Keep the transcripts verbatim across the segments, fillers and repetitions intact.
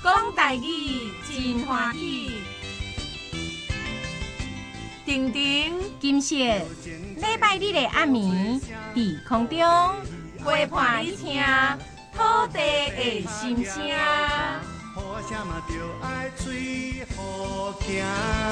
讲台语真欢喜。婷婷、金色，礼拜日的暗暝，伫空中陪伴你听土地的心声。 好声嘛着爱水好行。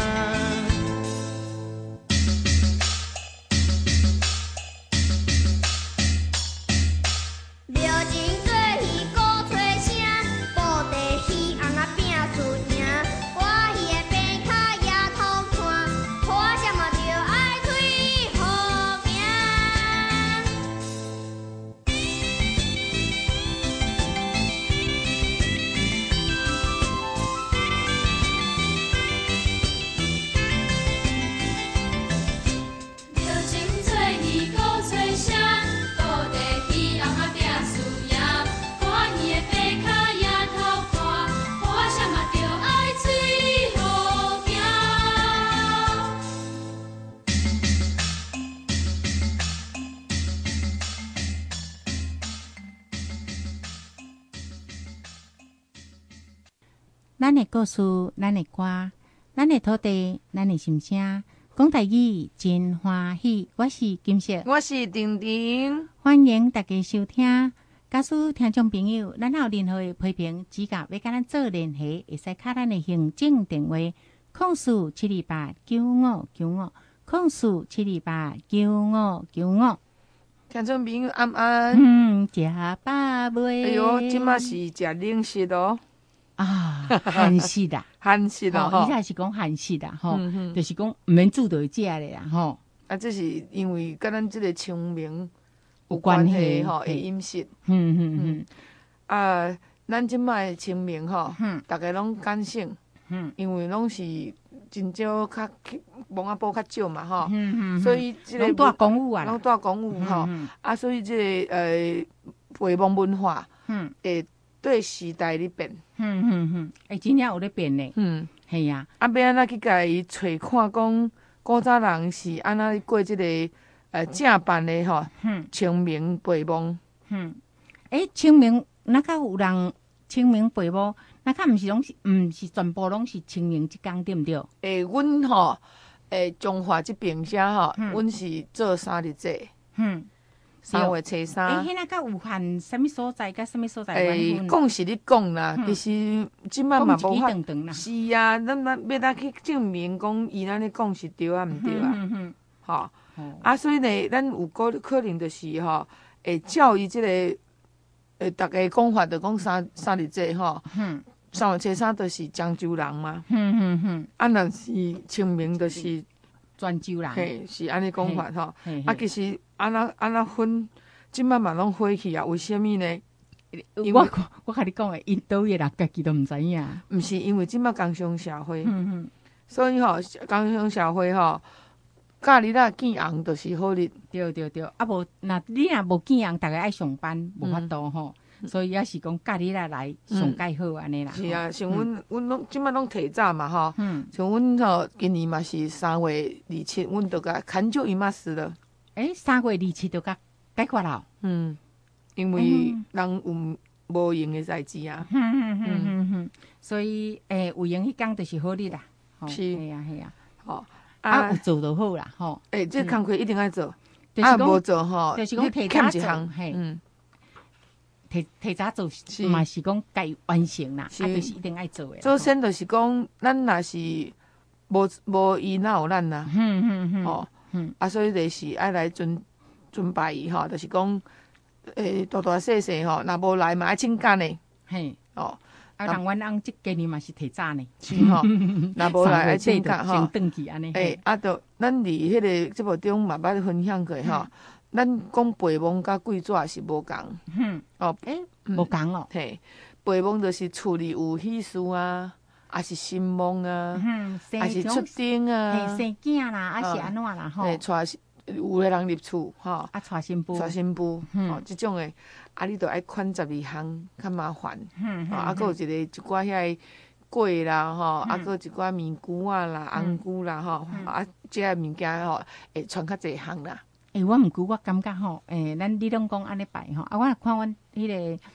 咱的故事，咱的歌，咱的土地，咱的心声，讲台语真欢喜。我是金色， 我是婷婷， 欢迎大家收听。假使听众朋友，咱有任何的批评指教，要甲咱做联系，会使敲咱的行政电话：零四七二八九五九五，零四七二八九五九五。 听众朋友安安， 嗯，食饱未？ 哎呦，即马是食零食哦。 啊，韩式啦， 韩式啦吼， 伊才是讲韩式啦吼，就是讲毋免煮就会食咧啦吼。 啊，这是因为甲咱即个清明有关系吼，的饮食。 嗯嗯嗯。 啊，咱即摆清明吼， 嗯， 大家拢感性， 嗯， 因为拢是真少较忙啊补较少嘛吼， 嗯嗯， 所以即个拢带公务啊， 拢带公务吼，啊，所以即个呃陪忙文化，嗯，会对时代咧变。 嗯嗯嗯，诶，真正有咧变咧。嗯，系啊。 啊，要安怎去甲伊找看讲，古早人是安怎过即、這个呃正办的吼？嗯，清明陪忙。嗯， 诶，清明那较有人清明陪忙，那较毋是拢是毋是全部拢是清明即天对毋对？ 诶，阮吼，诶，中华即边遮吼，阮是做三日节。嗯。三月初三， 诶，迄那个有限什么所在，甲什么所在？ 诶，讲是咧讲啦，其实即摆嘛无法。是啊，咱咱要咱去证明讲，伊安尼讲是对啊，毋对啊？吼，啊，所以呢，咱有可可能就是吼，会照伊即个，诶，逐个讲法就讲三三日节吼。三月初三就是漳州人嘛。啊，若是清明就是。 泉州人， 嘿，是安尼讲法吼。啊，其实安那安那分，即摆嘛拢火去啊？为什么呢？ 我我甲你讲诶，因倒位人家己都毋知影。 毋是因为即摆工商社会，嗯、所以吼工商社会吼，假日啊见红就是好日。 对对对，啊无那你若無見紅，大家愛上班，無法度吼。所以也是講假日啊來上介好安尼啦。 是啊，像阮阮拢即擺拢提早嘛吼。像阮吼今年嘛是三月二七，阮就甲砍就伊嘛死了。 诶，三月二七就甲解決了。嗯， 因為人有無用嘅代志啊。嗯嗯嗯嗯嗯。所以誒，有用迄天就是好日啦。 是。 係啊係啊。 吼啊，有做就好啦。吼。 誒，即工課一定愛做。啊，無做吼， 就是講提早做。係。提提早做嘛是讲该完成啦，啊就是一定爱做诶。 首先就是讲，咱若是无无伊哪有咱啦，嗯嗯嗯，哦，嗯，啊所以就是爱来尊尊拜伊吼，就是讲，诶大大细细吼，若无来嘛爱请假呢， 嘿，哦，啊人阮翁即今年嘛是提早呢， 是吼，若无来爱请假吼， 先登记安尼， 诶，啊着咱伫迄个节目中嘛捌分享过吼。咱讲陪忙甲跪纸是无共， 嗯，哦，诶，无共哦， 嘿，陪忙就是厝里有喜事啊，也是新梦啊，嗯，也是出征啊， 嘿，生囝啦，啊是安怎啦吼， 嘿，带有个人入厝吼， 啊带新妇， 带新妇，吼，即种诶，啊你着爱款十二项，较麻烦，嗯，啊，佮有一个一寡遐粿啦，吼，啊，佮一寡面菇啊啦、红菇啦，吼，啊，即个物件吼，会传较济项啦。 诶、欸，我毋过我感觉吼，诶、欸，咱你拢讲安尼摆吼，啊，我看阮迄、那个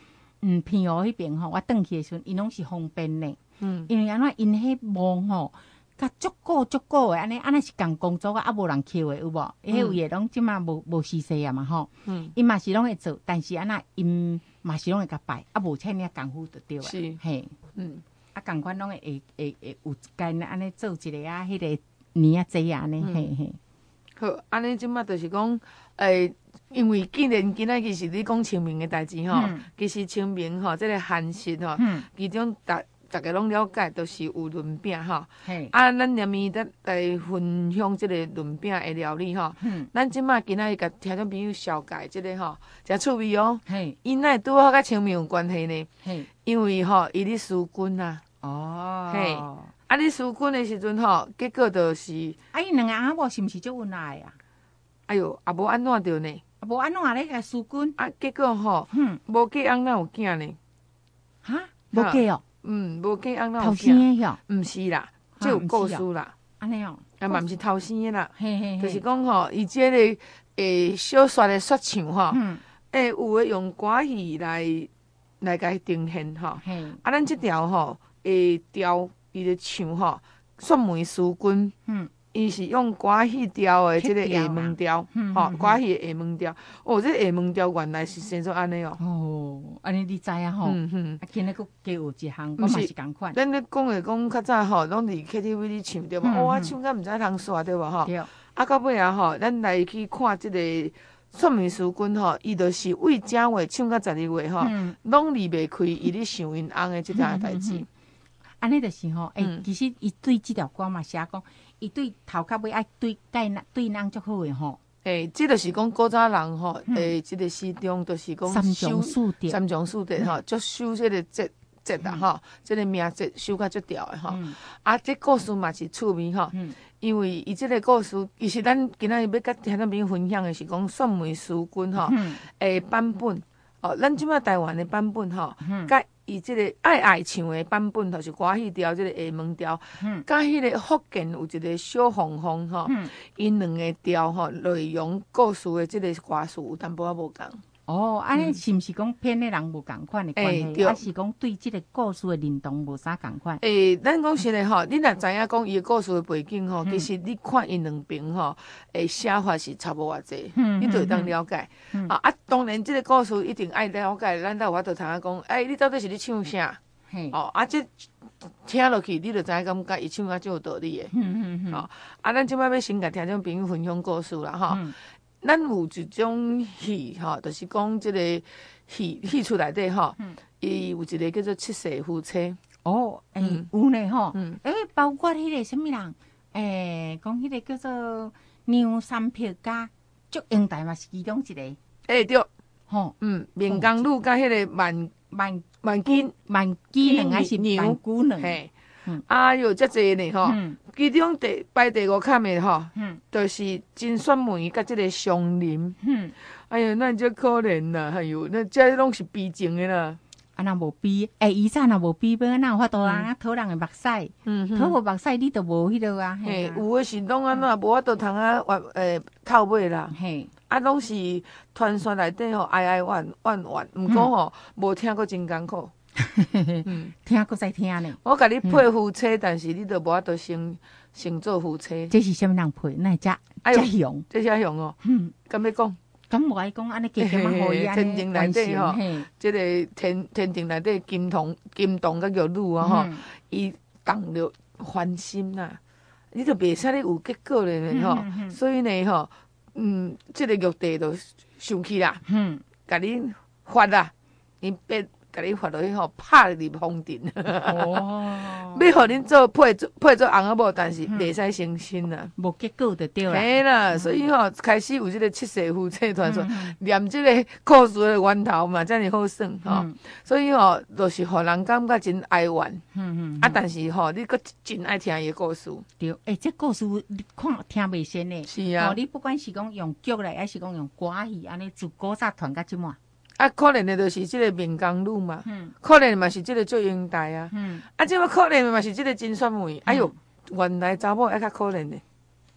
嗯平湖迄边吼，我转去的时阵，因拢是方便的。嗯，因为安怎因迄墓吼，甲足古足古的，安尼安尼是共工作啊，啊无人捡的有无？伊迄位的拢即马无无死死啊嘛吼。嗯，因嘛是拢会做，但是安那因嘛是拢会甲摆，啊无忝尔功夫就对啊。 是， 嘿，嗯，啊共款拢会会会会有间安尼做一个啊，迄个年啊节啊安尼，嘿嘿。 好，安尼即马就是讲，诶。因为既然今仔日是你讲清明的代志吼，嗯、其实清明吼，即、這個寒食吼，嗯、其中大大家拢了解，都是有润饼吼。啊，咱下面得来分享即個潤餅的料理吼。嗯、咱即馬今仔日甲聽眾朋友紹介即個吼，真趣味哦。伊哪會拄好甲清明有關係呢？嘿因為吼，伊咧紓困啊。哦。嘿，啊，你紓困的時陣吼，結果就是， 啊，伊兩個阿某是毋是足恩愛啊？ 哎喲，也無安怎着呢？ 無安怎咧甲紓困啊，結果吼，無嫁翁哪有囝呢？ 哈，無嫁哦？ 嗯，無嫁翁哪有囝？ 偷生的喲？ 毋是啦，即有故事啦。 安尼哦， 啊嘛毋是偷生的啦。 嘿嘿嘿， 就是講吼，伊即個誒小說的說唱吼，誒有誒用歌戲來來甲伊呈現吼。啊，咱即條吼誒調伊咧唱吼，雪梅書君。嗯。伊是用歌戲調的即個下門調，吼歌戲的下門調。哦，這下門調原來是生做安尼哦。哦， 安尼你知啊吼？嗯嗯。啊，今日佫加有一項，我嘛是共款。 咱咧講的講較早吼，攏佇 K T V 裡唱對無？哇，唱甲毋知通煞對無吼？對。啊，到尾啊吼，咱來去看即個雪梅書君吼，伊就是為正月唱到十二月吼，攏離袂開伊咧想因翁的即件代誌。 安尼就是吼，誒，其實伊對即條歌嘛寫講。伊對頭殼尾愛對對對人足好誒吼， 誒，即就是講古早人吼，誒，即個詩中就是講三從四德， 三從四德吼，足守即個節節啦吼，即個名節守較足調誒吼。啊，即故事嘛是趣味吼，因為伊即個故事，其實咱今仔日要甲聽眾朋友分享誒是講雪梅書君吼，誒版本，哦，咱即馬台灣誒版本吼，甲伊即個愛愛唱的版本，就是歌戲調，即個下門調，甲迄個福建有一個小鳳鳳吼，因兩個調吼內容故事的即個歌詞有淡薄仔無共。 哦，安尼是毋是講編的人無共款的關係，還是講對即個故事的認同無啥共款？ 誒，咱講實的吼，你若知影講伊的故事的背景吼，其實你看因兩邊吼，誒寫法是差無偌濟，你就會當了解。啊啊，當然即個故事一定愛了解，咱才有法度通啊講，誒，你到底是咧唱啥？哦，啊，即聽落去，你就知影感覺伊唱啊真有道理的。哦，啊，咱即擺要先甲聽眾朋友分享故事啦，吼。咱有一種戲吼，就是講即個戲戲出內底吼，伊有一個叫做七世夫妻。 哦，誒有呢吼，誒包括迄個什麼人，誒講迄個叫做梁山泊家，足英台嘛是其中一個。誒對，吼，嗯，明光路甲迄個萬萬萬金萬機能還是萬姑娘？嘿， 啊喲，遮濟呢吼。其中第排第五坎的吼，就是真雪梅甲即個雙林。哎呀，那真可憐啦！哎呦，那這攏是悲情的啦。 啊，那無悲，誒，以前若無悲，要哪有法度人啊討人的目屎？討無目屎，你都無迄落啊。 嘿，有誒是攏安怎無法度通啊，誒透尾啦。嘿，啊，攏是傳說內底吼哀哀怨怨怨，毋過吼無聽過真艱苦。 嗯，聽過再聽呢。 我甲你配夫妻，但是你都無法度成成做夫妻。 這是啥物人配？那遮遮雄， 這遮雄哦。嗯，咁要講， 咁無愛講，安尼加加嘛好伊安尼。 天庭內底吼，即個天天庭內底金童金童甲玉女啊吼，伊動着歡心啦，你就袂使你有結果咧吼。所以呢吼，嗯，即個玉帝就生氣啦，嗯，甲你發啦，因別。甲你發落去吼，拍入風塵。哦，要互恁做配做配做翁仔某，但是袂使成親啦， 無結果就對啦。 嘿啦，所以吼開始有即個七世夫妻傳說，念即個故事的源頭嘛，遮爾好耍吼。所以吼，就是互人感覺真哀怨。嗯嗯。啊，但是吼，你閣真愛聽伊個故事。 對，誒，這故事你看聽袂先呢。 是啊。 哦，你不管是講用劇來，還是講用歌戲，安尼自古早傳到即滿。 啊，可憐的就是即個明光女嘛，嗯、可憐嘛是即個祝英台啊，嗯、啊，即個可憐的嘛是即個真雪梅。嗯、哎喲，原來查某還較可憐的。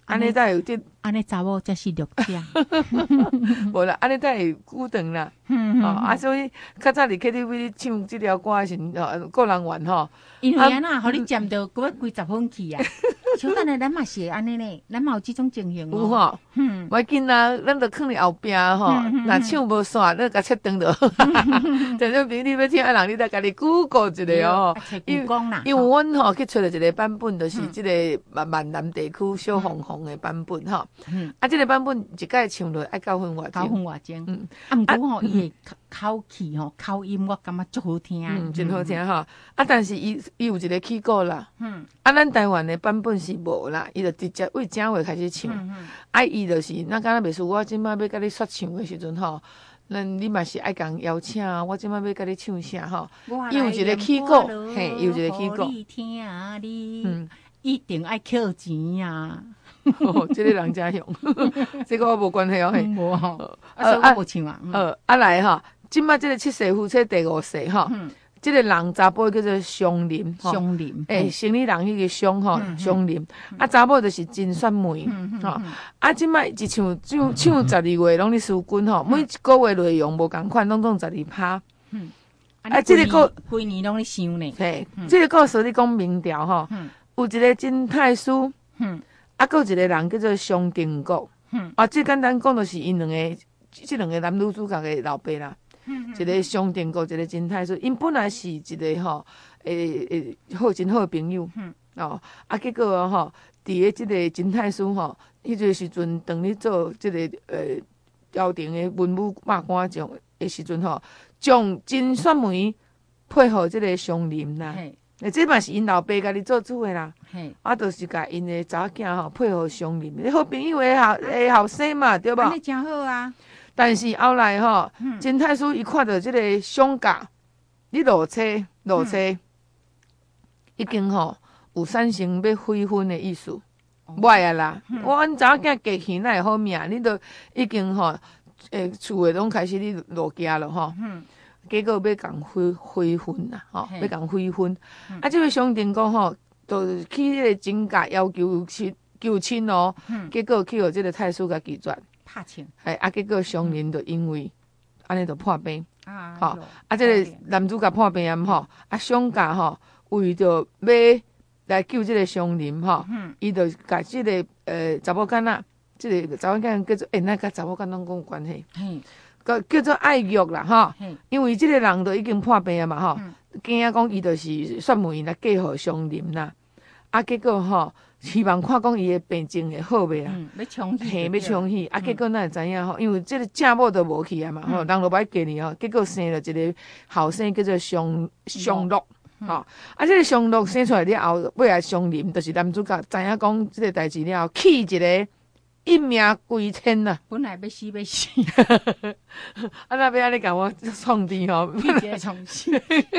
安尼才有这， 安尼查某才是弱者。 无啦，安尼才会久长啦。哦，啊，所以较早伫 K T V 唱即条歌时，哦，个人缘吼。 因为安那，互你占到，搁要规十分去啊！像等下咱嘛是安尼呢，咱嘛有即种情形哦。 有吼，嗯，我紧啊，咱着囥伫后壁吼，若唱无煞，咱甲切断着。但是平你要听人，你得家己 Google 一下哦。因因为阮吼去找着一个版本，就是即个闽闽南地区小红红的版本吼。啊，即个版本一届唱落爱九分外钟。 九分外钟。嗯。啊，毋过吼，伊的口气吼，口音我感觉足好听。 嗯，真好听吼。啊，但是伊伊有一个起歌啦。嗯。啊，咱台湾的版本是无啦，伊就直接为正月开始唱。嗯嗯。啊，伊就是咱敢若袂输我即摆要甲你说唱的时阵吼，咱你嘛是爱共邀请，我即摆要甲你唱啥吼？伊有一个起歌，嘿，伊有一个起歌。 嗯，一定爱扣钱呀。 哦，即个人真凶，这个我无关系哦。嘿， 无吼，啊，我无唱啊。 呃，啊来吼，即摆即个七世夫妻第五世吼。即个人查甫叫做湘林， 湘林， 诶，生理人迄个湘吼，湘林，啊查某就是金雪梅，吼，啊即摆一唱唱唱十二月拢咧输滚吼，每一个月内容无共款，拢总十二趴。 啊，即个个规年拢咧想呢。 嘿，即个故事你讲明调吼，有一个金太师，啊，搁一个人叫做湘定国，啊，即简单讲就是因两个，即两个男女主角的老爸啦。一个湘定国，一个金太师，因本来是一个吼，诶诶，好真好的朋友，哦，啊，结果吼，伫个即个金太师吼，迄个时阵当咧做即个诶朝廷的文武百官将的时阵吼，将金雪梅配合即个湘林啦，诶，这嘛是因老爸家己做主的啦，啊，就是甲因的查某囝吼配合湘林，你好朋友的后诶后生嘛，对无？ 安尼真好啊！ 但是后来吼，金太师伊看到即个商家，你落车落车，已经吼有产生要悔婚的意思，歹啊啦！我阮查某囝嫁去哪会好命？你都已经吼，诶，厝诶拢开始你落家了吼，结果要共悔悔婚啦，吼，要共悔婚。啊，即个商定讲吼，就去迄个金家要求亲求亲哦，结果去互即个太师甲拒绝。 拍枪， 系啊！结果湘林就因为安尼就破病，吼啊！即个男主角破病啊，吼啊！商家吼为着要来救即个湘林吼，伊就甲即个呃查某囡仔，即个查某囡仔叫做诶，那甲查某囡仔讲有关系，个叫做爱玉啦，吼，因为即个人都已经破病啊嘛，吼，惊啊讲伊就是雪梅来嫁互湘林啦，啊！结果吼。希望看讲伊的病情会好袂啊？ 要冲喜， 嘿，要冲喜啊！结果哪会知影吼？因为即个正某都无去啊嘛，吼，人都歹嫁你吼。结果生了一个后生叫做湘湘乐，吼啊！即个湘乐生出来了后，尾来湘林，就是男主角知影讲即个代志了后，气一个一命归天呐！ 本来要死要死， 啊！那要安尼甲我创治吼， 一个创死。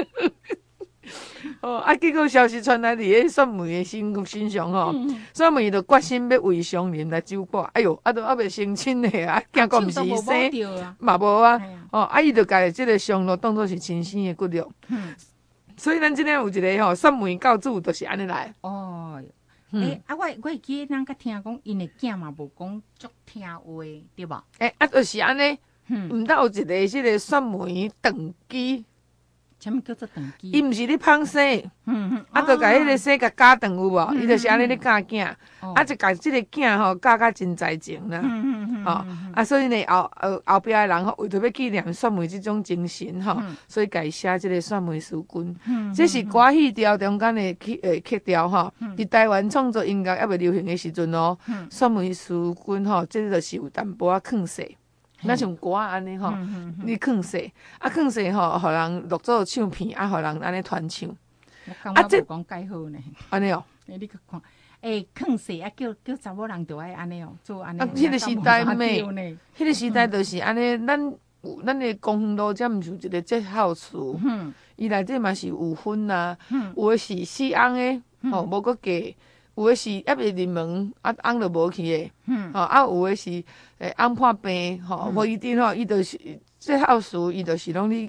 哦，啊！结果消息传来伫个雪梅的身身上吼，雪梅就决心要为湘林来走跋。哎哟，啊都还袂成亲呢，啊惊讲毋是生，嘛无啊。哦，啊伊就家即个湘乐当作是亲生的骨肉。所以咱即个有一个吼，雪梅教主就是安尼来。 哦，诶，啊我我会记咱甲听讲，因的囝嘛无讲足听话，对无？ 诶，啊就是安尼。毋但有一个即个雪梅长基。 啥物叫做长基？ 伊毋是咧芳生，啊，就甲迄个生甲教长有无？伊就是安尼咧教囝，啊，就甲即个囝吼教甲真才情啦，吼，啊，所以呢后后后壁诶人吼为着要纪念雪梅即种精神吼，所以家写即个雪梅词君，这是歌戏调中间诶曲诶曲调吼。伫台湾创作音乐还未流行诶时阵哦，雪梅词君吼，即就是有淡薄仔旷世。那像歌安尼吼，你旷世，啊旷世吼，互人录做唱片，啊，互人安尼传唱。 啊，这讲介好呢。 安尼哦。 诶，你去看，诶，旷世啊，叫叫查某人着爱安尼哦，做安尼。 啊，迄个时代咩？迄个时代就是安尼，咱有咱的公园路，遮毋是有一个节孝祠，伊内底嘛是有婚啊，有诶是四翁诶，吼，无搁嫁。有诶是还未入门，啊翁就无去诶，吼啊有诶是诶翁破病，吼无一定吼，伊就是这孝事，伊就是拢咧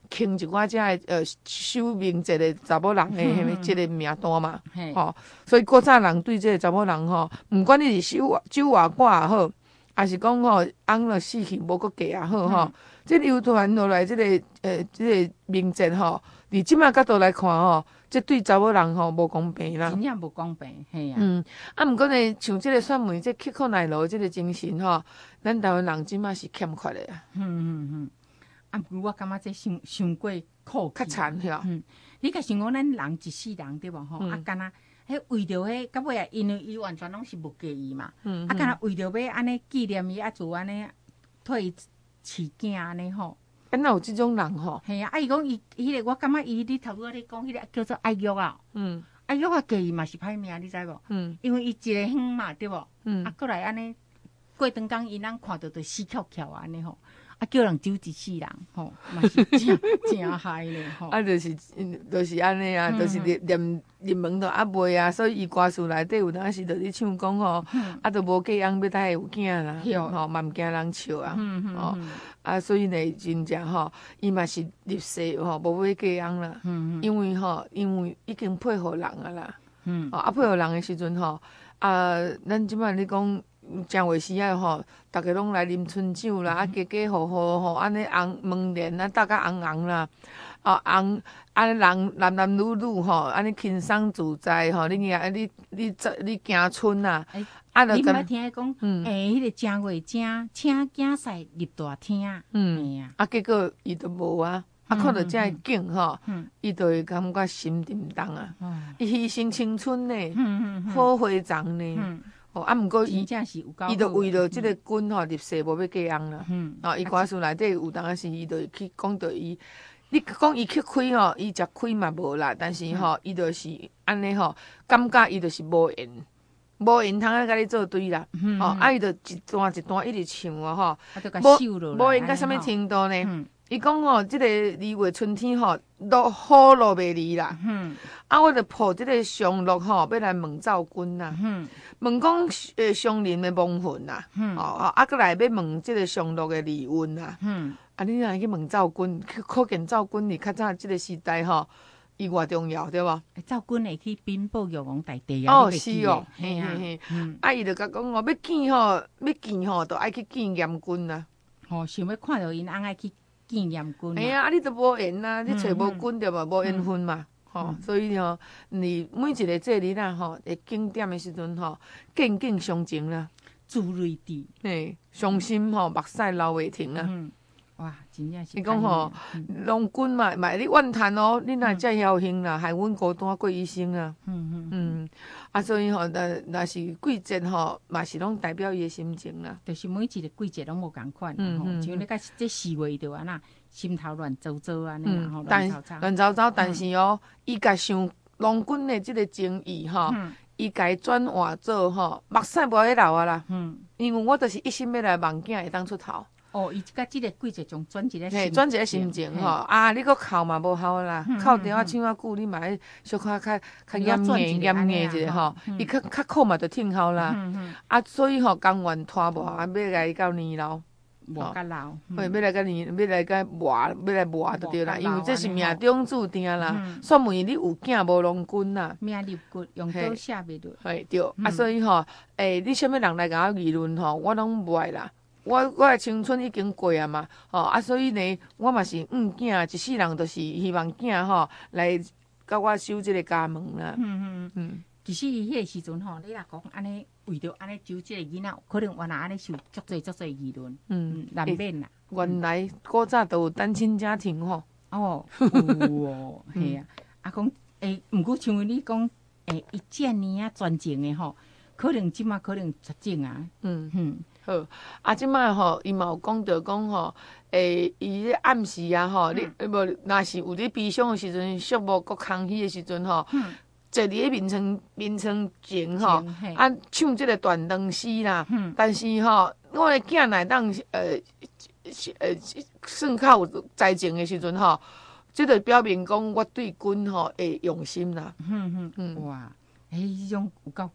刻一寡遮诶呃守名节的查某人诶，迄个即个名单嘛，吼。所以古早人对即个查某人吼，毋管你是守守外寡也好，还是讲吼翁了死去无搁嫁也好吼，即流传落来即个呃即个名节吼，伫即摆角度来看吼，即对查某人吼无公平啦。 真正无公平，嘿啊。 嗯，啊，毋过呢，像即个算命即刻苦耐劳即个精神吼，咱台湾人即摆是欠缺的啊。 嗯嗯嗯。啊，毋过我感觉这伤伤过酷， 较惨是啊。 嗯，你甲想讲咱人一世人对无吼？啊，干那迄为着迄到尾啊，因为伊完全拢是无介意嘛。嗯。啊，干那为着要安尼纪念伊，啊，就安尼替伊饲囝安尼吼。 敢若有即种人吼？ 系啊，啊伊讲伊迄个，我感觉伊你头拄仔咧讲迄个叫做爱玉啊。嗯。爱玉啊，介意嘛是歹命，你知无？嗯。因为伊一个远嘛，对无？嗯。啊，过来安尼过长工，因咱看到就死翘翘安尼吼。啊，叫人走一世人，吼，嘛是真真害咧，吼。 啊，就是，就是安尼啊，就是入入入门都啊袂啊，所以伊歌词内底有当时就咧唱讲吼，啊，都无嫁翁要等有囝啦，吼，嘛毋惊人笑啊，吼，啊，所以呢，真正吼，伊嘛是入世吼，无要嫁翁啦，因为吼，因为已經配合人啊啦，哦，啊，配合人的時陣吼，啊，咱即擺咧講。正話時啊吼，逐個攏來啉春酒啦，啊，家家戶戶吼，安尼紅門簾啊，搭甲紅紅啦，啊紅，安尼人男男女女吼，安尼輕鬆自在吼，你啊，你你你你行春啊， 啊，你毋捌聽伊講，誒，迄個正月正請囝婿入大廳，嗯， 啊，結果伊都無啊，啊，看到這個景吼，伊就會感覺心沉重啊，伊犧牲青春呢，好花妝呢。哦，啊，毋過伊，伊就為了即個君吼入世無要嫁翁啦。哦，伊歌詞內底有當時伊就去講到伊，你講伊去開吼，伊食開嘛無啦，但是吼，伊就是安尼吼，感覺伊就是無緣，無緣通啊甲你做對啦。哦，啊，伊就一段一段一直唱啊吼，無無緣到啥物程度呢？伊講吼，即個二月春天吼，落雨落袂離啦。啊，我就抱即個上樂吼，要來問趙君啦。問講誒上林的亡魂啦，哦，啊，閣來要問即個上樂的離運啦。啊，你若去問趙君，可見趙君你較早即個時代吼，伊偌重要對無？ 趙君會去稟報玉皇大帝啊。哦，是哦，嘿嘿嘿。啊，伊就甲講哦，要見吼，要見吼，就愛去見嚴君啦。 哦，想要看到因翁愛去。見驗君， 哎呀，啊，你都無緣啊，你找無君對嘛，無緣分嘛，吼，所以吼，你每一個節日啦，吼，會景點的時陣吼，敬敬相情啦， 朱瑞地， 嘿，傷心吼，目屎流袂停啊。 哇，真正是。 你講吼，郎君嘛，嘛你怨嘆哦，你若遮僥倖啦，害阮孤單過一生啊。嗯嗯嗯，啊，所以吼，若若是季節吼，嘛是攏代表伊的心情啦。 就是每一個季節攏無共款，吼，像你甲這四月就安那，心頭亂糟糟安尼啦，吼，亂糟糟。 亂糟糟，但是哦，伊甲想郎君的即個情誼吼，伊甲伊轉換做吼，目屎無咧流啊啦。嗯，因為我就是一心要來望囝會當出頭。 哦，伊甲即個季節種轉一個， 嘿，轉一個心情吼。啊，你閣哭嘛無效啦，哭掉啊唱啊久，你嘛愛小可較較嚴硬嚴硬一個吼，伊較較苦嘛就聽效啦。啊，所以吼，甘願拖磨，啊，要來到年老， 磨甲老， 嘿，要來到年，要來到磨，要來磨就對啦，因為這是命中注定啦。說明你有囝無郎君啦， 命入骨用刀寫袂落。 嘿，對，啊，所以吼，誒，你啥物人來甲我議論吼，我攏無愛啦。我我的青春已經過啊嘛，吼啊，所以呢，我嘛是嗯囝，一世人都是希望囝吼來甲我守即個家門啦。嗯嗯嗯。其實迄個時陣吼，你若講安尼為着安尼守即個囡仔，可能原來安尼受足濟足濟議論。嗯，難免啦。 原來古早都有單親家庭吼。 哦，有哦，係啊。啊講誒，毋過像你講誒，伊遮爾啊專情的吼，可能即馬可能實情啊。嗯嗯。 好，啊，即擺吼，伊嘛有講到講吼，誒，伊咧暗示啊吼，你無若是有咧悲傷的時陣，寂寞閣空虛的時陣吼，坐佇咧眠床眠床前吼，啊，唱即個斷腸詩啦。但是吼，我的囝內當呃呃算較有才情的時陣吼，即個表明講我對君吼會用心啦。 嗯嗯嗯，哇，誒，迄種有夠。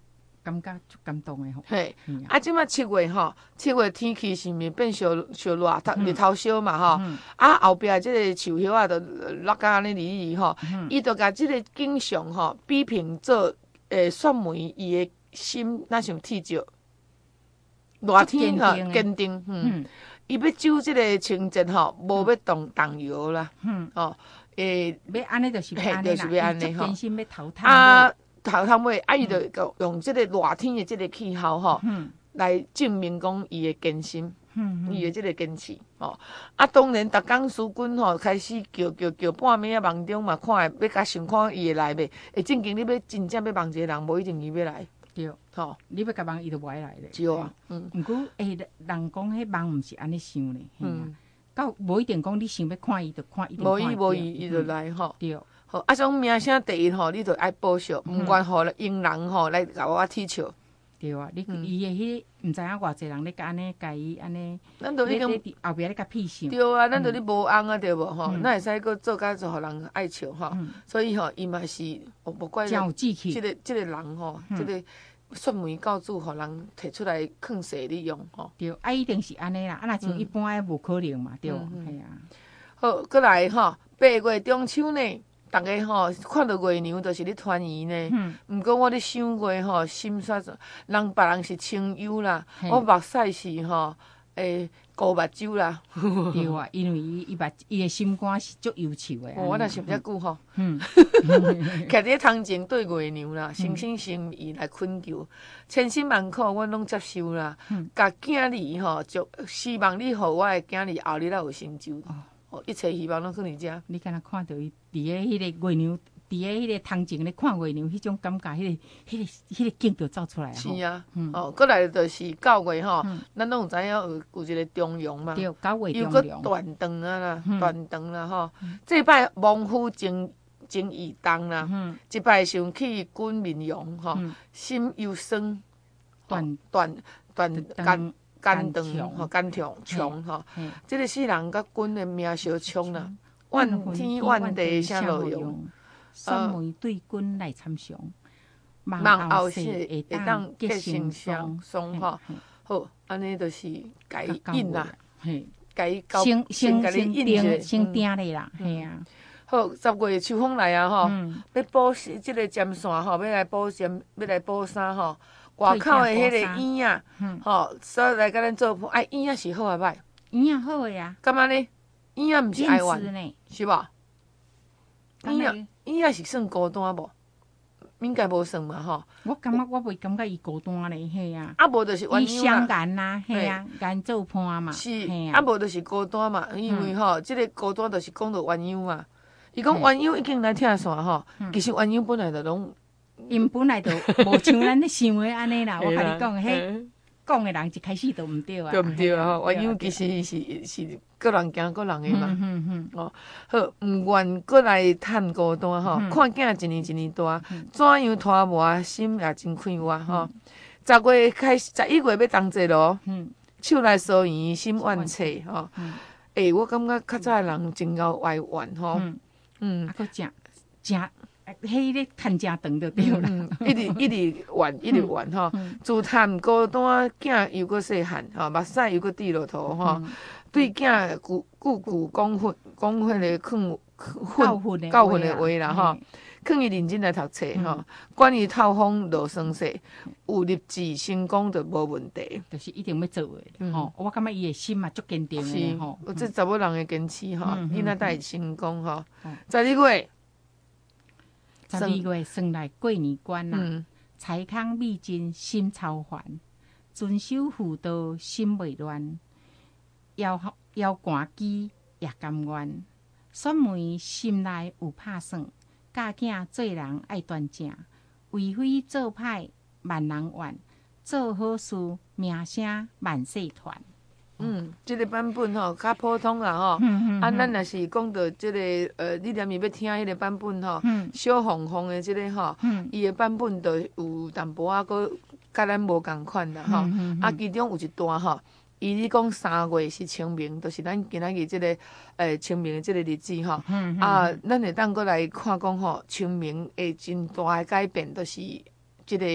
感觉足感动的吼。 嘿，啊，即马七月吼，七月天气是毋是变小小热，头日头烧嘛吼，啊后壁即个树叶啊，就落甲安尼离离吼，伊就甲即个景象吼比拼做诶雪梅伊的心哪像铁石，热天吼坚定，嗯，伊要走即个情节吼，无要动动摇啦，哦，诶， 要安尼就是要安尼啦， 就是要安尼吼， 坚心要头汤啊。头汤尾，啊，伊就用即个热天的即个气候吼，来证明讲伊的坚心，伊的即个坚持吼。啊，当然，逐工师君吼开始叫叫叫，半暝啊梦中嘛看要甲想看伊会来袂？会正经你要真正要梦一个人，无一定伊要来。 对，吼，你要甲梦伊就袂来咧。 对啊，嗯。 毋过诶，人讲迄梦毋是安尼想咧，嗯，到无一定讲你想要看伊就看，一定看。无伊无伊，伊就来吼。 对。 好，啊，种名声第一吼，你就爱报效，毋管互英人吼来甲我踢笑。 对啊，你伊的迄毋知影偌济人咧甲安尼甲伊安尼， 咱都已经后壁咧甲屁笑。 对啊，咱都咧无红啊，对无吼？咱会使搁做甲做互人爱笑吼。所以吼，伊嘛是，无怪真有志气。 即个即个人吼，即个雪梅教主互人摕出来囥势利用吼。 对，啊一定是安尼啦，啊若像一般诶无可能嘛，对，系啊。 好，过来吼，八月中秋呢。逐个吼看到月娘，就是咧团圆呢。毋过我咧想过吼，心煞人别人是清幽啦，我目屎是吼诶高目睭啦。 对啊，因为伊伊目伊诶心肝是足忧愁诶。 我若想遮久吼，徛伫头前对月娘啦，诚心诚意来恳求，千辛万苦我拢接受啦。甲囝儿吼，就希望你互我诶囝儿后日来有成就。哦，一切希望拢去你遮。 你敢若看到伊伫咧迄个月娘，伫咧迄个头前咧看月娘，迄种感觉，迄个、迄个、迄个景就走出来。 是啊，哦，过来就是九月吼，咱拢有知影有有一个中庸嘛。 对，九月中庸。 又搁断肠啊啦，断肠啦吼。这摆亡夫情情意重啦，一摆想起君面容吼，心又酸，断断断干。肝肠吼，肝肠肠吼，即个世人甲君的命相冲啦，怨天怨地啥路用？ 雪梅对君来参详， 梦后世会当结成双双吼。好，安尼就是改印啦，改交先先甲你印一先定咧啦，系啊。 好，十月秋风来啊吼，要补即个针线吼，要来补针，要来补衫吼。外口的迄个椅啊，吼，所以来甲咱做铺，哎，椅啊是好啊歹？ 椅啊好个呀。 干嘛呢？椅啊毋是爱玩，是无？椅啊椅啊是算孤单无？应该无算嘛吼。 我感觉我袂感觉伊孤单咧，嘿啊。 啊无就是鸳鸯伊相干啦，嘿啊，干做伴嘛。 是，啊无就是孤单嘛，因为吼，即个孤单就是讲到鸳鸯嘛。伊讲鸳鸯已经来听线吼，其实鸳鸯本来就拢。 因本来就无像咱咧想的安尼啦，我甲你讲，迄讲的人一开始都毋对啊， 对毋对啊？鸳鸯其实是是个人惊个人的嘛，哦，好，毋愿过来趁孤单吼，看囝一年一年大，怎样拖磨心也真快活吼。十月开始，十一月要同齐咯，手来搔缢，心怨切吼。诶，我感觉较早的人真够哀怨吼， 嗯，啊，佫正正。迄个趁正长就对啦， 一直一直玩，一直玩吼。自叹孤单，囝又搁细汉吼，目屎又搁滴落涂吼。对囝句句句讲训，讲迄个劝训教训的话啦吼。劝伊认真来读册吼。管伊透风落霜雪，有立志成功就无问题。 就是一定要做的吼。我感觉伊的心嘛足坚定的吼。 有这查某人的坚持吼，囡仔才会成功吼。十二月。 十二月算来过年关啦，嗯、财康美金心超凡，遵守妇道心袂乱，腰腰寒机也甘愿，雪梅心内有拍算，教囝做人爱端正，为非做歹万人怨，做好事名声万世传。 嗯，即、这个版本吼较普通啦吼，嗯嗯、啊，咱若是讲到即、这个呃，你连伊要听迄个版本吼，嗯、小红红的即、这个吼，伊的、嗯、版本就有淡薄仔个甲咱无共款啦吼，嗯嗯嗯、啊，其中有一段吼，伊咧讲三月是清明，就是咱今仔日即个呃清明的即个日子吼，嗯嗯、啊，咱会当过来看讲吼，清明会真大的改变，就是即、这个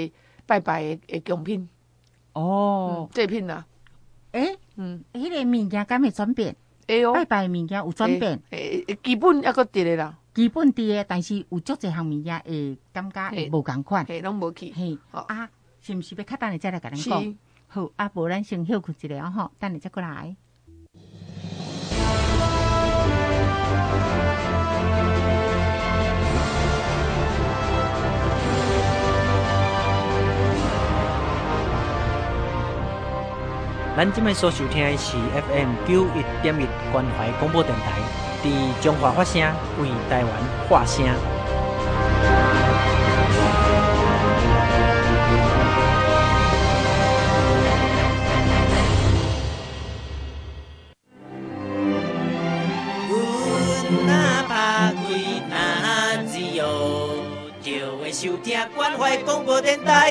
拜拜的的贡品。 哦， 祭品啦。 诶， 嗯， 迄个物件敢会转变？ 会哦， 拜拜物件有转变， 诶，基本还佫伫咧啦。 基本伫诶，但是有足侪项物件会感觉会无共款， 嘿，拢无去。 嘿，啊，是毋是要较等下再来甲咱讲？好，啊，无咱先休困一下吼，等下再过来。 咱即摆所收听的是 F M 九一点一关怀广播电台，伫中华发声，为台湾发声。阮哪怕开哪自由，就会收听关怀广播电台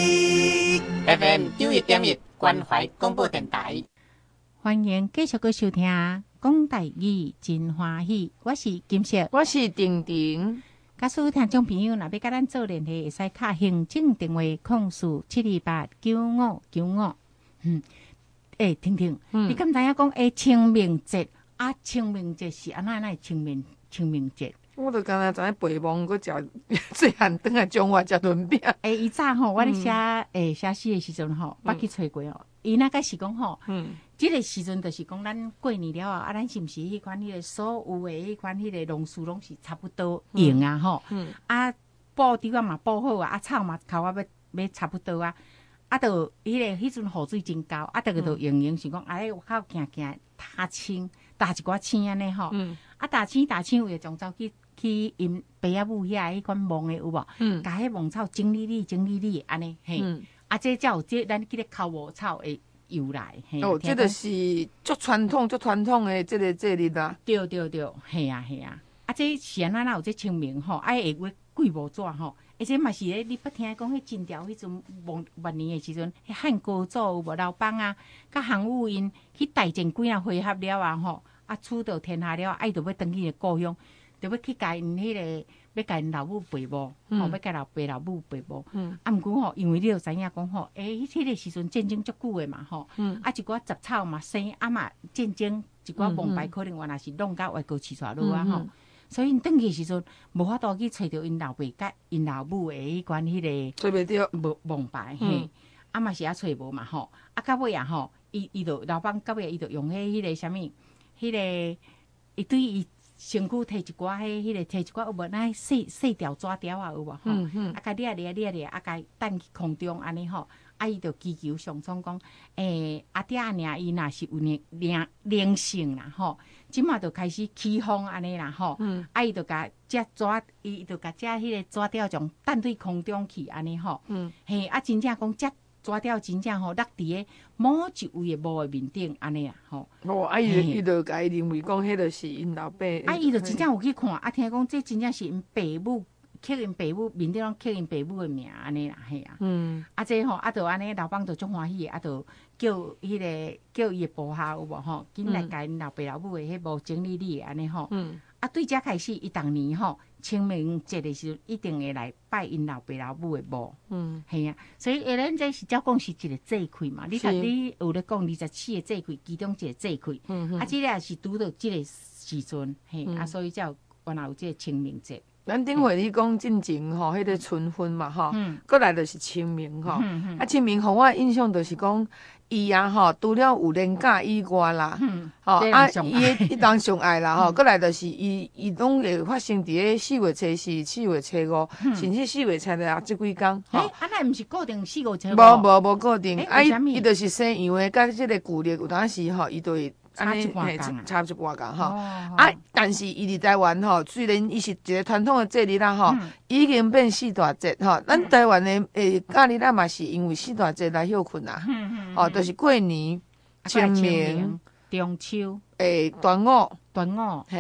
F M 九一点一。关怀广播电台， 欢迎继续收听讲台语真欢喜，我是金色， 我是婷婷。 假使听众朋友若要甲咱做联系，会使敲行政电话控诉七二八九五九五。嗯，诶，婷婷，嗯、你敢知影讲诶清明节啊？清明节是安那那清明清明节？ 我就刚才知影陪忙，佮食细汉顿来中华食轮饼。 诶，以早吼，我咧写诶写诗诶时阵吼，捌去找过哦。伊那个是讲吼，嗯，即个时阵就是讲咱过年了啊，咱是毋是迄款迄个所有诶迄款迄个农事拢是差不多用啊吼，嗯，啊布丁啊嘛布好啊，啊草嘛头啊要要差不多啊，啊着迄个迄阵雨水真高，啊逐个着用用是讲啊咧外口行行打青打一寡青安尼吼，嗯，啊打青打青有诶种走去。去因爸仔母遐迄款忙诶有无？嗯，甲迄芒草整理理整理理安尼嘿，嗯、啊这才有这咱记咧烤无草会由来嘿。 哦，这个是足传统足传统诶，这个节日啦。 对对对，嘿啊嘿啊，啊这是安那有这清明吼，啊会画桂无纸吼，而且嘛是咧你捌听讲迄真条迄阵晚晚年诶时阵，迄汉高祖有无老枋啊，甲项羽因去大战几啊回合了啊吼，啊取得天下了，啊伊就要登去故乡。就要去甲因迄个，要甲因老母陪墓，吼、嗯，要甲老爸老母陪墓。嗯，啊，毋过吼，因为你著知影讲吼，诶、欸，迄个时阵战争足久诶嘛，吼，嗯，啊，一寡杂草嘛生，啊嘛战争一寡王牌可能原来是弄到外国饲出路啊，吼、嗯，所以因转去时阵无法度去找着因老爸甲因老母诶迄款迄个， 找袂着无王牌，嘿、嗯，啊嘛是啊找无嘛，吼，啊到尾啊吼，伊伊著老板到尾伊著用迄迄个啥物，迄个伊对伊。身躯摕一寡迄、迄个摕一寡有无？那细细条纸条啊有无？吼、嗯嗯，啊，甲掠掠掠掠，啊，甲等去空中安尼吼，啊，伊就祈求上苍讲，诶、欸，阿爹阿娘伊若是有灵灵灵性啦吼，即马就开始起风安尼啦吼，嗯，啊，伊就甲只纸，伊就甲只迄个纸条从等对空中去安尼吼，嗯，嘿，啊，真正讲只。纸条真正吼，落伫个某一位诶墓诶面顶安尼啊，吼。 哦，啊伊伊就甲伊认为讲，迄著是因老爸。 啊，伊就真正有去看，啊，听讲这真正是因爸母刻因爸母面顶拢刻因爸母诶名安尼啦，嘿啊。嗯。啊，这吼，啊，就安尼老板就足欢喜诶，啊，就叫迄、那个叫伊诶部下有无吼，紧来甲因老爸老母诶迄墓整理理安尼吼。嗯。啊，对遮开始，伊逐年吼清明节的时候，一定会来拜因老爸老母的墓。嗯，系啊，所以下咱这是照讲是一个祭开嘛。你看你有咧讲二十四个祭开，其中一个祭开。嗯嗯。啊，这个也是拄到这个时阵，嘿、嗯、啊，所以才有原来有这个清明节。咱顶回你讲进前吼，迄、那个春分嘛吼，嗯，过来就是清明吼。嗯嗯。啊，清明互我印象就是讲。伊啊吼，除了有年假以外啦，吼、嗯、啊，伊诶伊当上爱啦吼，过、嗯、来就是伊伊拢会发生伫咧四月初四、四月初五，嗯、甚至四月初六即几工。 诶、欸，啊那毋是固定四月初五？ 无无无固定，欸、啊伊伊就是西洋诶，甲即个旧历有当时吼，伊就会。 差一半工，差一半工吼。啊，但是伊伫台湾吼，虽然伊是一个传统诶节日啦吼，嗯、已经变四大节吼。咱、嗯、台湾诶诶假日咱嘛是因为四大节来休困啦。嗯嗯。哦，就是过年、清明、 中秋、 诶端午、 端午， 嘿，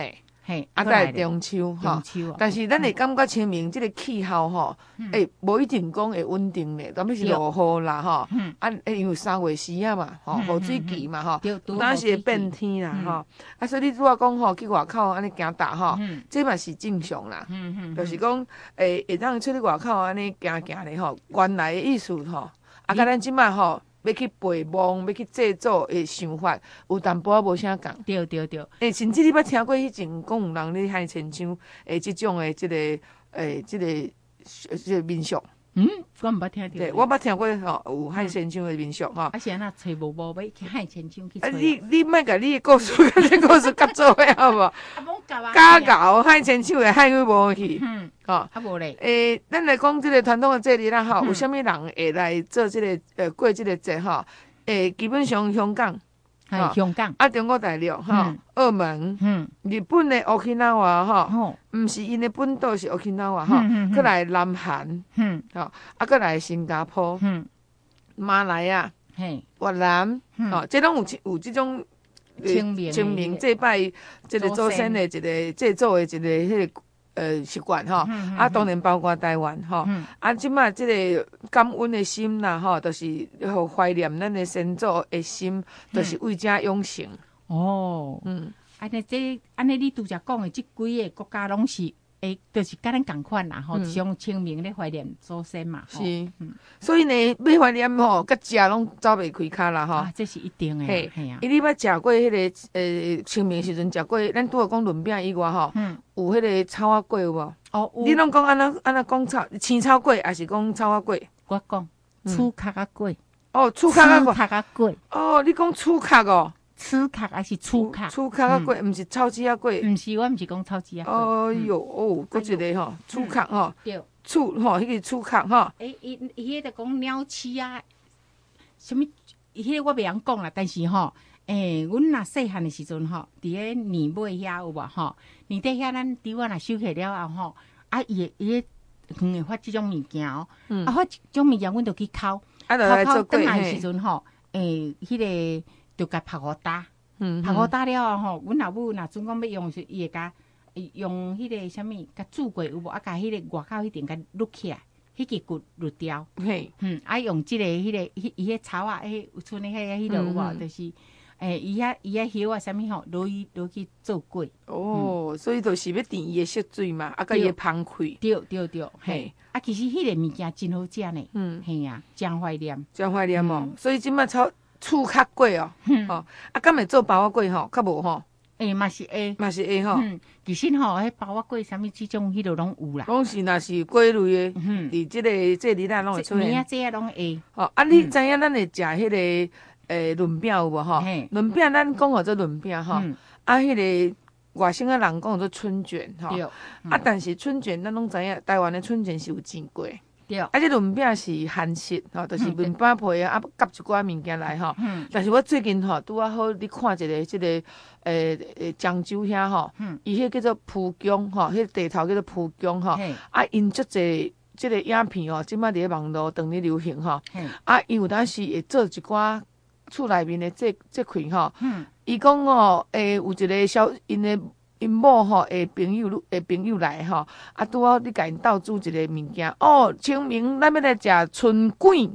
嘿， 啊，再来中秋吼。 中秋， 但是咱会感觉清明即个气候吼，诶，无一定讲会稳定咧，特别是落雨啦吼。啊，诶，因为三月时啊嘛，吼，雨水季嘛吼，有当时会变天啦吼。啊，所以你如果讲吼去外口安尼行踏吼，这嘛是正常啦。就是讲诶，会当出去外口安尼行行咧吼，原来的意思吼，啊，甲咱即摆吼。要去培梦，要去制作的想法，有淡薄仔无啥共。 对对对。 诶，甚至你捌听过迄前讲有人咧海亲像诶，即种诶，即个诶，即个即个民俗。 嗯，我毋捌听着。 对，我捌听过吼，有海亲像诶民俗吼。 啊是安那找无无要去海亲像去找。 啊，你你莫甲你诶故事甲你故事夹做伙好无？啊， 无夹啊。 假搞海亲像诶海去无去。 嗯。吼，啊无咧。 诶，咱来讲即个传统诶节日啦吼，有啥物人会来做即个呃过即个节吼？诶，基本上香港。 系香港啊，中国大陆吼，澳门，日本的 Okinawa 吼，毋是因的本岛是 Okinawa 吼，佮来南韩，吼，啊，佮来新加坡，马来亚，越南，吼，即拢有有即种清明清明祭拜即个祖先的一个制作的一个迄个。呃，习惯吼，啊，当然包括台湾吼，啊，即马即个感恩的心啦吼，就是怀念咱的先祖的心，就是为遮永生。 哦，嗯，安尼这安尼你拄则讲的即几个国家拢是，诶，就是甲咱共款啦吼，像清明咧怀念祖先嘛。 是，所以呢，要怀念吼，甲食拢走袂开骹啦吼。 啊，这是一定的。嘿， 啊。伊你捌食过迄个呃清明时阵食过，咱拄仔讲润饼以外吼。嗯。有迄个草仔粿有无？哦，有。你拢讲安那安那讲草青草粿，还是讲草仔粿？ 我讲粗壳仔粿。 哦，粗壳仔粿。 粗壳仔粿。 哦，你讲粗壳哦？ 粗壳还是粗壳？ 粗壳仔粿，毋是草籽仔粿。 毋是，我毋是讲草籽仔粿。 哦哟，哦，搁一个吼，粗壳吼。对。粗吼，迄个粗壳吼。 诶，伊伊迄个讲鸟鼠啊，什物？迄个我袂晓讲啦，但是吼。诶，阮若细汉的时阵吼，伫咧年尾遐有无吼？年底遐咱猪仔若收起了后吼，啊，伊会伊会会发即种物件哦，啊，发即种物件，阮就去烤，烤烤转来时阵吼，诶，迄个就甲拍互打，拍互打了后吼，阮老母若准讲要用时，伊会甲用迄个啥物，甲煮过有无？啊，甲迄个外口迄点甲捋起来。迄个骨捋掉，嘿，嗯，啊，用即个迄个迄伊迄草啊，迄有剩的迄个迄落有无？就是。诶，伊遐伊遐叶啊，啥物吼，落去落去做粿。 哦，所以就是要填伊的色水嘛，啊，甲伊的芳开。 对对对，嘿。啊，其实迄个物件真好食呢。嗯，嘿啊，真怀念， 真怀念哦。所以即摆炒醋较粿哦，哦，啊，敢会做包仔粿吼？较无吼。 诶，嘛是会， 嘛是会吼。 嗯，其实吼，迄包仔粿啥物即种，迄落拢有啦。 拢是若是粿类的，伫即个这里咱拢会出现。 物啊，这啊拢会。 哦，啊，你知影咱会食迄个？诶，润饼有无吼？润饼咱讲叫做润饼吼，啊，迄个外省的人讲做春卷吼。啊，但是春卷咱拢知影，台湾的春卷是有煎过。对。啊，这润饼是韩式吼，就是面板皮啊，夹一寡物件来吼。嗯。但是我最近吼拄啊好，你看一个即个诶诶漳州遐吼，伊迄叫做蒲姜吼，迄地头叫做蒲姜吼。啊，因足侪即个影片哦，即摆伫咧网络当咧流行吼。啊，伊有当时会做一寡。厝内面的这这群吼，伊讲哦，诶，有一个小因的因某吼，诶朋友诶朋友来吼，啊，拄好你甲因斗煮一个物件，哦，清明咱要来食春卷，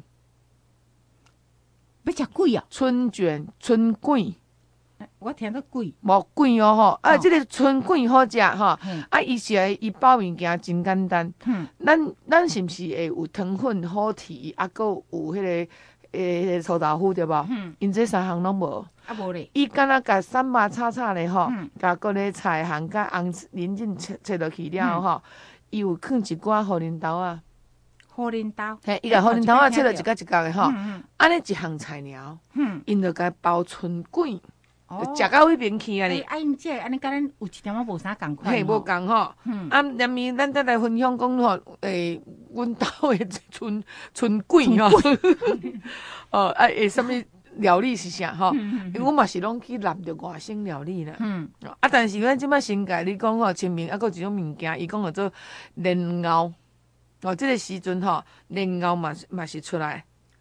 要食粿啊？ 春卷、春卷， 我听到粿， 无粿哦吼，啊，即个春卷好食吼，啊，伊是来伊包物件真简单，咱咱是毋是会有糖粉好提，啊，搁有迄个。诶，臭豆腐对无？因这三项拢无。啊无咧。伊敢若甲三麻炒炒咧吼，甲嗰个菜项甲红林进切切落去了吼，伊有放一寡茯苓豆啊。 茯苓豆。 嘿，伊甲茯苓豆啊切落一角一角的吼，安尼一项菜鸟，因就甲包春卷，食到迄边去啊哩。 啊，因这安尼甲咱有一点仔无啥共款。 嘿，无共吼。啊，连面咱再来分享讲吼，诶。阮兜的春春卷吼，哦，啊，诶，什物料理是啥吼？因为我嘛是拢去揽着外省料理啦。嗯。啊，但是咱即摆新界，你讲吼，清明啊，搁一种物件，伊讲叫做莲藕。哦，即个时阵吼，莲藕嘛嘛是出来。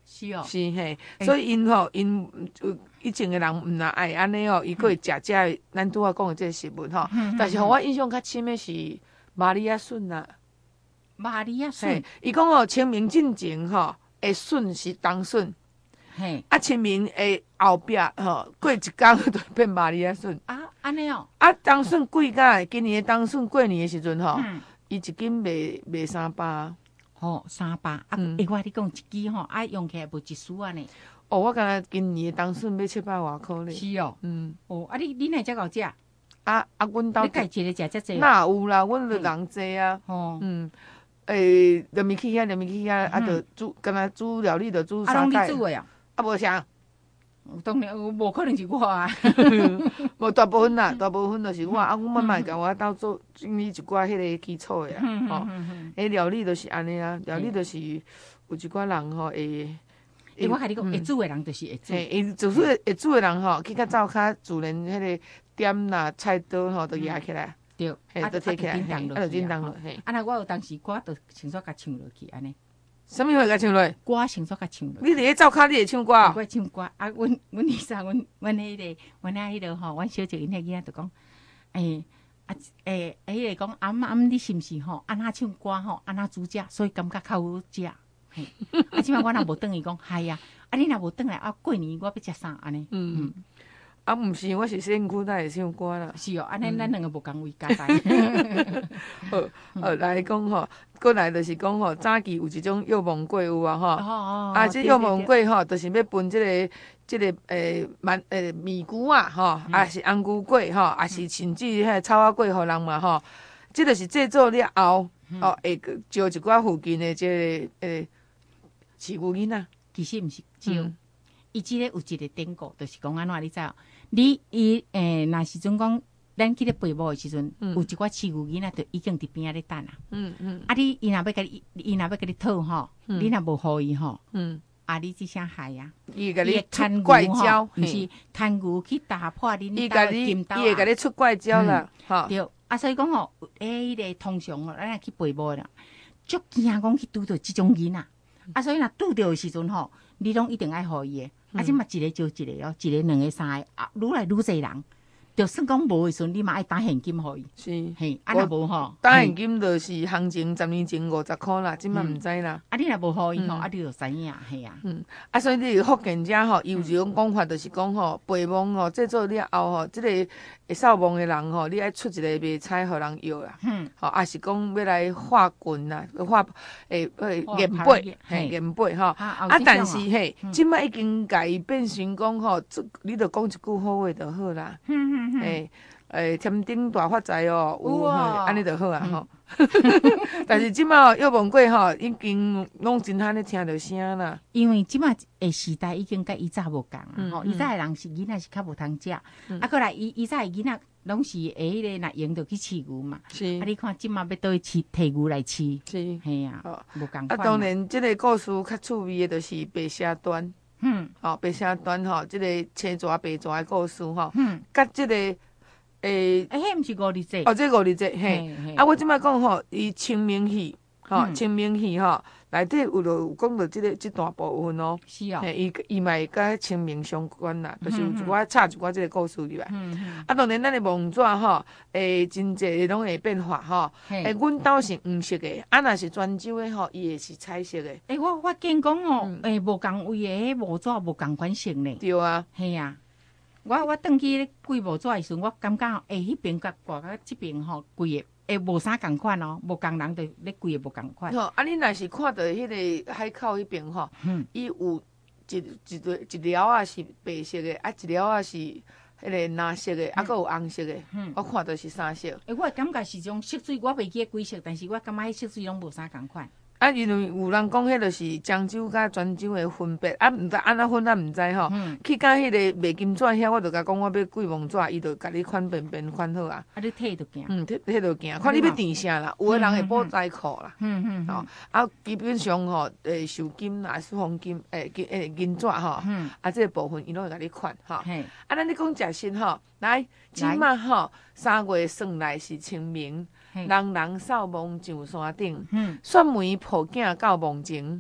是哦， 是嘿，所以因吼因以前的人毋若爱安尼哦，伊佫会食食咱拄仔讲的这个食物吼。但是互我印象较深的是玛利亚笋啦。 玛利亚笋， 伊讲哦，清明进前吼，的笋是冬笋。嘿，啊，清明的后壁吼，过一工就变玛利亚笋。 啊，安尼哦。啊， 冬笋贵甲今年的冬笋过年的时阵吼，伊一斤卖卖三百。 吼，三百。啊，诶，我你讲一支吼，啊，用起来无一丝啊呢。 哦，我感觉今年的冬笋要七百外箍咧。 是哦。嗯。哦，啊，你你哪遮够食？啊啊，阮兜。 你家一个食遮济？ 哪有啦，阮着人济啊。哦。嗯。诶，就咪去遐，就咪去遐，啊，着煮，敢若煮料理，着煮三摆。啊， 拢你煮诶啊？ 啊，无啥。 当然，无可能是我啊。 无大部分啦，大部分就是我。啊，阮妈妈甲我斗做整理一寡迄个基础诶啊。吼，迄料理就是安尼啊，料理就是有一寡人吼会。 诶，我甲你讲，会煮诶人就是会煮。 嘿，伊就是会煮诶人吼，去较灶骹自然迄个点啦、菜刀吼，都压起来。 对， 啊，都摕起来，啊，就叮当落。嘿， 啊，那我有当时歌就先煞甲唱落去安尼。 什么会甲唱落？ 歌先煞甲唱落。 你伫咧灶骹，你会唱歌？ 我会唱歌。啊，阮阮伊啥，阮阮迄个，阮遐迄个吼，阮小姐因迄囝仔就讲，诶，啊，诶，迄个讲阿姆阿姆，你是毋是吼？安那唱歌吼，安那煮食，所以感觉较好食。嘿，啊，即摆我若无转伊讲，系啊，啊，你若无转来啊，过年我要食啥安尼？嗯。 啊，毋是，我是身躯才会唱歌啦。 是哦，安尼咱两个无共位加在。 好，好来讲吼，过来就是讲吼，早期有一种药芒果有啊吼。哦哦。啊，这药芒果吼，就是要分这个这个诶蛮诶米菇啊吼，啊是红菇果吼，啊是甚至迄草仔果互人嘛吼。这就是制作了后，哦会招一寡附近的这个诶饲牛囡仔。 其实毋是招，伊即个有一个典故，就是讲安怎你知哦？你伊诶，若时阵讲，咱去咧陪母诶时阵，有一寡饲牛囡仔，就已经伫边仔咧等啊。嗯嗯。啊，你伊若要甲你，伊若要甲你讨吼，你若无互伊吼，嗯，啊，你即啥害啊？ 伊甲你出怪招， 毋是牵牛去打破恁伊甲你，伊会甲你出怪招啦， 吼。对，啊，所以讲吼，诶，迄个通常哦，咱若去陪母啦，足惊讲去拄着即种囡仔，啊，所以若拄着诶时阵吼，你拢一定爱互伊诶。啊，即嘛一个招一个哦，一个两个三个，啊，愈来愈侪人，就算讲无诶时阵，你嘛爱打现金互伊。 是， 嘿，啊若无吼， 打现金就是行情十年前五十箍啦，即嘛毋知啦。 啊，你若无互伊吼，啊，你就知影，嘿啊。 嗯，啊，所以你福建遮吼，有一种讲法，就是讲吼，培蒙吼制作了后吼，即个会扫墓诶人吼，你爱出一个卖菜互人要啦。嗯。吼，也是讲要来化棍啦，化诶诶验背，嘿验背吼。啊，但是嘿，即摆已经甲伊变成讲吼，你着讲一句好话就好啦。嗯嗯嗯。诶诶，天顶大发财哦，有安尼就好啊吼。但是即摆药芒果吼，已经拢真罕咧听到声啦。 因为即摆诶时代已经甲以早无共啊，吼，以早诶人是囡仔是较无通食，啊，过来以以早诶囡仔拢是会迄个若用着去饲牛嘛。是。啊，你看即摆要倒去饲摕牛来饲。是。嘿啊。无共款。 啊，当然，即个故事较趣味诶，就是白蛇传。嗯。吼，白蛇传吼，即个青蛇白蛇诶故事吼。嗯。甲即个。诶， 诶，迄毋是五日节哦，这五日节嘿。啊，我即摆讲吼，伊清明戏，吼，清明戏吼，内底有着有讲到即个即段部分哦。 是哦。 嘿，伊伊嘛会甲清明相关啦，就是有一寡插一寡即个故事入来。嗯嗯。啊，当然咱的梦纸吼，诶，真济拢会变化吼。诶，阮兜是黄色的，啊，若是泉州的吼，伊会是彩色的。 诶，我我见讲哦，诶，无共位的迄木纸无共款色呢。 对啊。 嘿啊。我我转去咧规无纸诶时阵，我感觉诶，迄边甲挂到即边吼，规个诶无啥共款哦，无共人就咧规个无共款。 吼，啊，你若是看到迄个海口迄边吼，伊有一一对一条啊是白色的，啊一条啊是迄个蓝色的，啊，佮有红色的。我看到是三色。 诶，我感觉是种色水，我袂记几色，但是我感觉迄色水拢无啥共款。 啊，因为有人讲，迄就是漳州甲泉州的分别，啊，毋知安怎分，咱毋知吼。嗯、去到迄个卖金纸遐，我就甲讲，我要几毛纸，伊就甲你款便便款好啊。 啊，你摕就行。 嗯，摕摕就行，看你要填啥啦。有的人会补财库啦。嗯嗯。吼、嗯，啊，基本上吼，诶，寿金啦，是黄金，诶，金诶银纸吼。嗯。啊，这个部分伊拢会甲你款吼。嘿。啊，咱咧讲食新吼，来，即马吼，三月算来是清明。人人扫墓上山顶，蒜梅抱囝到墓前，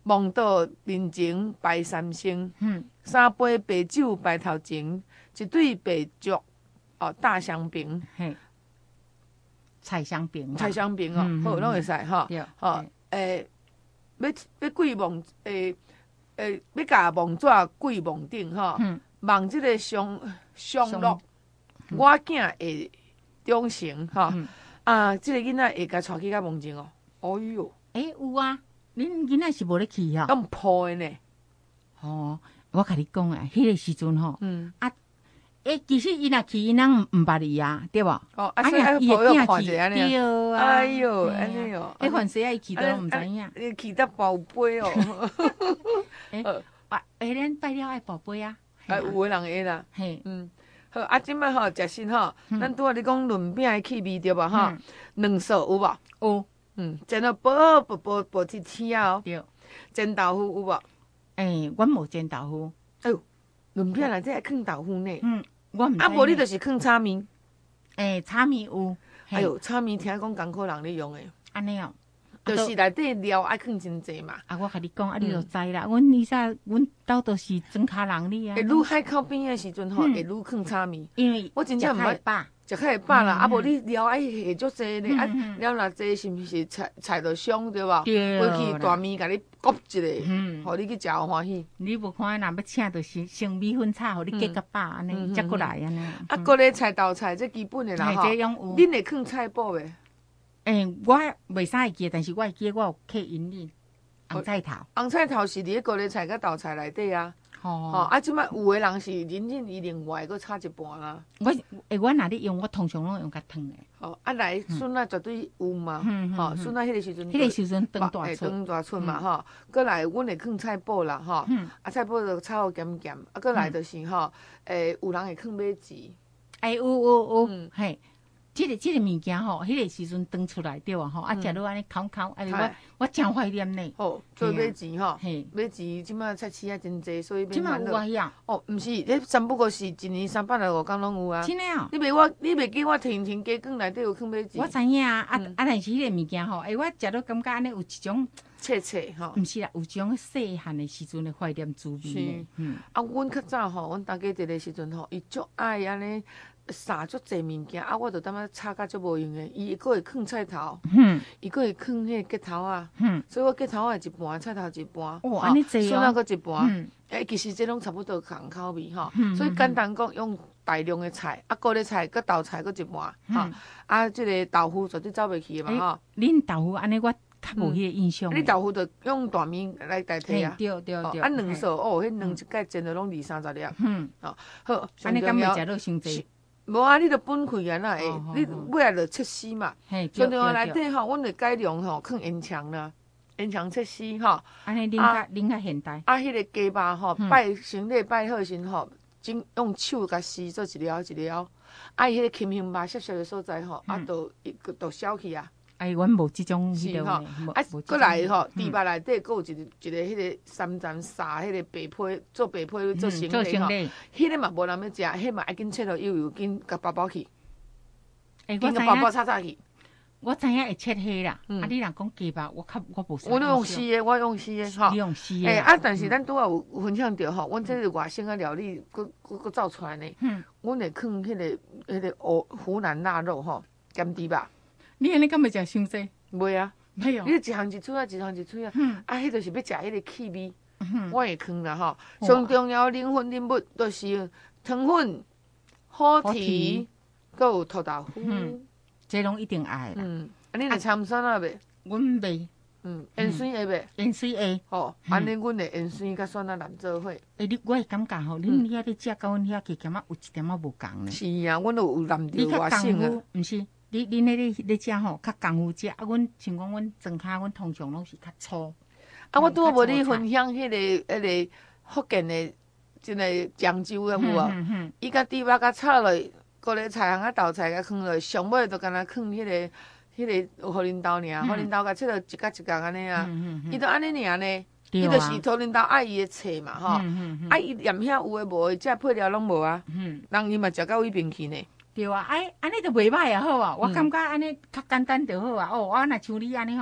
望到面前摆三星， 嗯， 三杯白酒摆头前，一对白粥哦大香饼， 嘿，菜香饼， 菜香饼哦，好拢会使吼，吼诶，要要跪望诶诶，要甲望纸跪望顶吼，望即个上上落，我囝会忠诚吼，啊，即个囡仔会甲带去甲望前哦，哦哟， 诶有啊。恁囡仔是无咧去吼， 咁破的呢？ 哦，我甲你讲啊，迄个时阵吼， 嗯啊，诶，其实伊若去，伊人毋捌伊啊，对无？ 哦，啊，所以伊会囝去， 对啊， 哎哟，安尼哦， 迄凡事啊，伊去都毋知影， 伊去得宝贝哦。 诶，啊，诶，咱拜了爱宝贝啊， 啊，有诶人会啦， 嘿， 嗯，好，啊，即摆吼食新吼，咱拄仔你讲润饼的气味对无吼？两素有无？ 有。 嗯，煎了薄薄薄薄一青哦， 对， 煎豆腐有无？ 诶，阮无煎豆腐。 哎呦，润饼内底爱放豆腐呢。 嗯，我毋。 啊，无你就是放炒面。 诶，炒面有。 哎呦，炒面听讲艰苦人咧用诶。 安尼哦。 就是内底料爱放真济嘛。 啊，我甲你讲，啊，你就知啦。阮以前阮兜都是庄卡人哩啊。 会愈海口边诶时阵吼，会愈放炒面。 因为我真正毋捌饱。 食较会饱啦，啊无你料爱下足济咧，啊料若济是毋是菜菜着香对无？ 对。 回去大面甲你焗一个，互你去食有欢喜。 你无看若要请着是生米粉炒，互你加较饱安尼，才过来安尼。 啊，各类菜豆菜这基本诶啦吼。恁会放菜脯袂？ 诶，我袂使会记，但是我会记我有刻因哩红菜头。 红菜头是伫咧各类菜甲豆菜内底啊。吼，啊，即摆有诶人是认认伊另外搁炒一半啦。 我诶，我若咧用，我通常拢用较烫诶。 吼，啊来笋啊绝对有嘛，吼，笋啊迄个时阵， 迄个时阵长大寸，长大寸嘛，吼，搁来阮会放菜脯啦，吼，啊菜脯就炒好咸咸，啊搁来就是吼，诶有人会放马薯， 哎有有有，嘿。即个即个物件吼，迄个时阵长出来对啊吼，啊食落安尼烤烤，哎我我真怀念呢。 哦，做马薯吼，马薯即摆菜市啊真济，所以即摆有啊遐。 哦，毋是，迄三不过是一年三百六十五工拢有啊。 真诶哦。 你袂我，你袂记我天天加工内底有放马薯。 我知影啊，啊啊，但是迄个物件吼，哎我食落感觉安尼有一种切切吼。 毋是啦，有一种细汉诶时阵诶怀念滋味呢。 嗯。啊，阮较早吼，阮大家伫个时阵吼，伊足爱安尼。撒足济物件啊！我着感觉炒甲足无用诶。伊佫会放菜头，伊佫会放迄个鸡头啊。所以我鸡头啊一半，菜头一半， 哦，安尼济哦，笋啊佫一半。诶，其实这拢差不多同口味吼。所以简单讲，用大量诶菜，啊，高丽菜佫豆菜佫一半，吼。啊，即个豆腐绝对走袂去诶嘛，吼。 恁豆腐安尼，我较无迄个印象。 你豆腐着用大面来代替啊。 对对对。 啊，两素哦，迄两一盖煎着拢二三十粒。嗯。哦，好。 安尼敢袂食落伤济？ 无啊，你着分开啊，哪会？你尾来着切丝嘛。上重要内底吼，阮着改良吼，放烟肠啦，烟肠切丝吼。 安尼恁较恁较现代。 啊，迄个鸡肉吼，拜先礼拜好时吼，整用手甲撕做一条一条。啊，伊迄个轻香肉涩涩的所在吼，啊，着着消去啊。 哎，阮无即种迄个。 啊，过来吼，猪肉内底佫有一个一个迄个三层撒迄个白皮做白皮做成礼吼，迄个嘛无人要食，迄嘛爱紧切落油油，紧甲包包去，紧甲包包炒炒去。 我知影会切迄啦，啊，你若讲鸡肉，我较我无。 我用丝的，我用丝的吼。 你用丝的。 诶，啊，但是咱拄仔有分享着吼，阮这是外省的料理，佫佫佫走出来呢。嗯。阮会放迄个迄个湖湖南腊肉吼，咸猪肉。 你安尼敢袂食伤济？ 袂啊， 袂哦。 你一项一喙啊，一项一喙啊。嗯。啊，迄著是要食迄个气味。嗯。我会放啦吼，上重要零分零物就是糖粉、好甜，佫有土豆腐。嗯。 这拢一定爱啦。 嗯。啊，你会参酸啊袂？ 阮袂。 嗯。盐水会袂？ 盐水会。 吼，安尼阮会盐水甲酸啊淋做伙。 诶，你我会感觉吼，恁遐咧食甲阮遐加减啊有一点仔无共呢。 是啊，阮都有淋着外省啊。 毋是。你恁迄咧咧食吼，较功夫食啊！阮像讲阮庄骹，阮通常拢是较粗。 啊，我拄无你分享迄个迄个福建的，真个漳州的有无？伊甲猪肉甲炒落，高丽菜啊豆菜甲放落，上尾就干那放迄个迄个茯苓豆尔，茯苓豆甲切落一角一角安尼啊。伊就安尼尔呢，伊就是茯苓豆爱伊的菜嘛吼。啊，伊连遐有诶无诶，这配料拢无啊。人伊嘛食到胃边去呢。 对啊，哎，安尼就袂歹啊，好啊，我感觉安尼较简单就好啊。哦，我若像你安尼吼，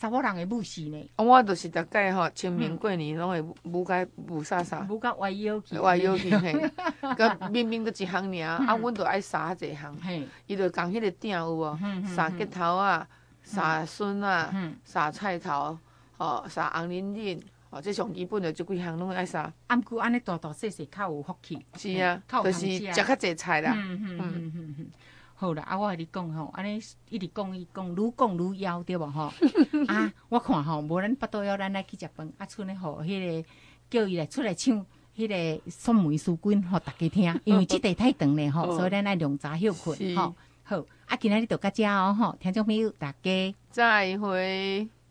查某人的母事呢。 我就是大概吼清明过年拢会舞甲舞啥啥， 舞甲歪腰去， 歪腰去嘿。佮明明就一项尔，啊，阮着爱杀较济项。伊着共迄个鼎有无？杀吉头啊，杀笋啊，杀菜头，吼，杀红仁仁。哦，这上基本的即几项拢爱杀。 啊，毋过安尼大大细细较有福气。 是啊，就是食较济菜啦。嗯嗯嗯嗯嗯。 好啦，啊，我甲你讲吼，安尼一直讲伊讲，愈讲愈枵，对无吼？啊，我看吼，无咱巴肚枵，咱来去食饭，啊，剩咧吼，迄个叫伊来出来唱迄个送梅书卷，互大家听，因为即地太长咧吼，所以咱爱量早休困吼。好，啊，今仔日就到遮哦吼，听众朋友大家再会。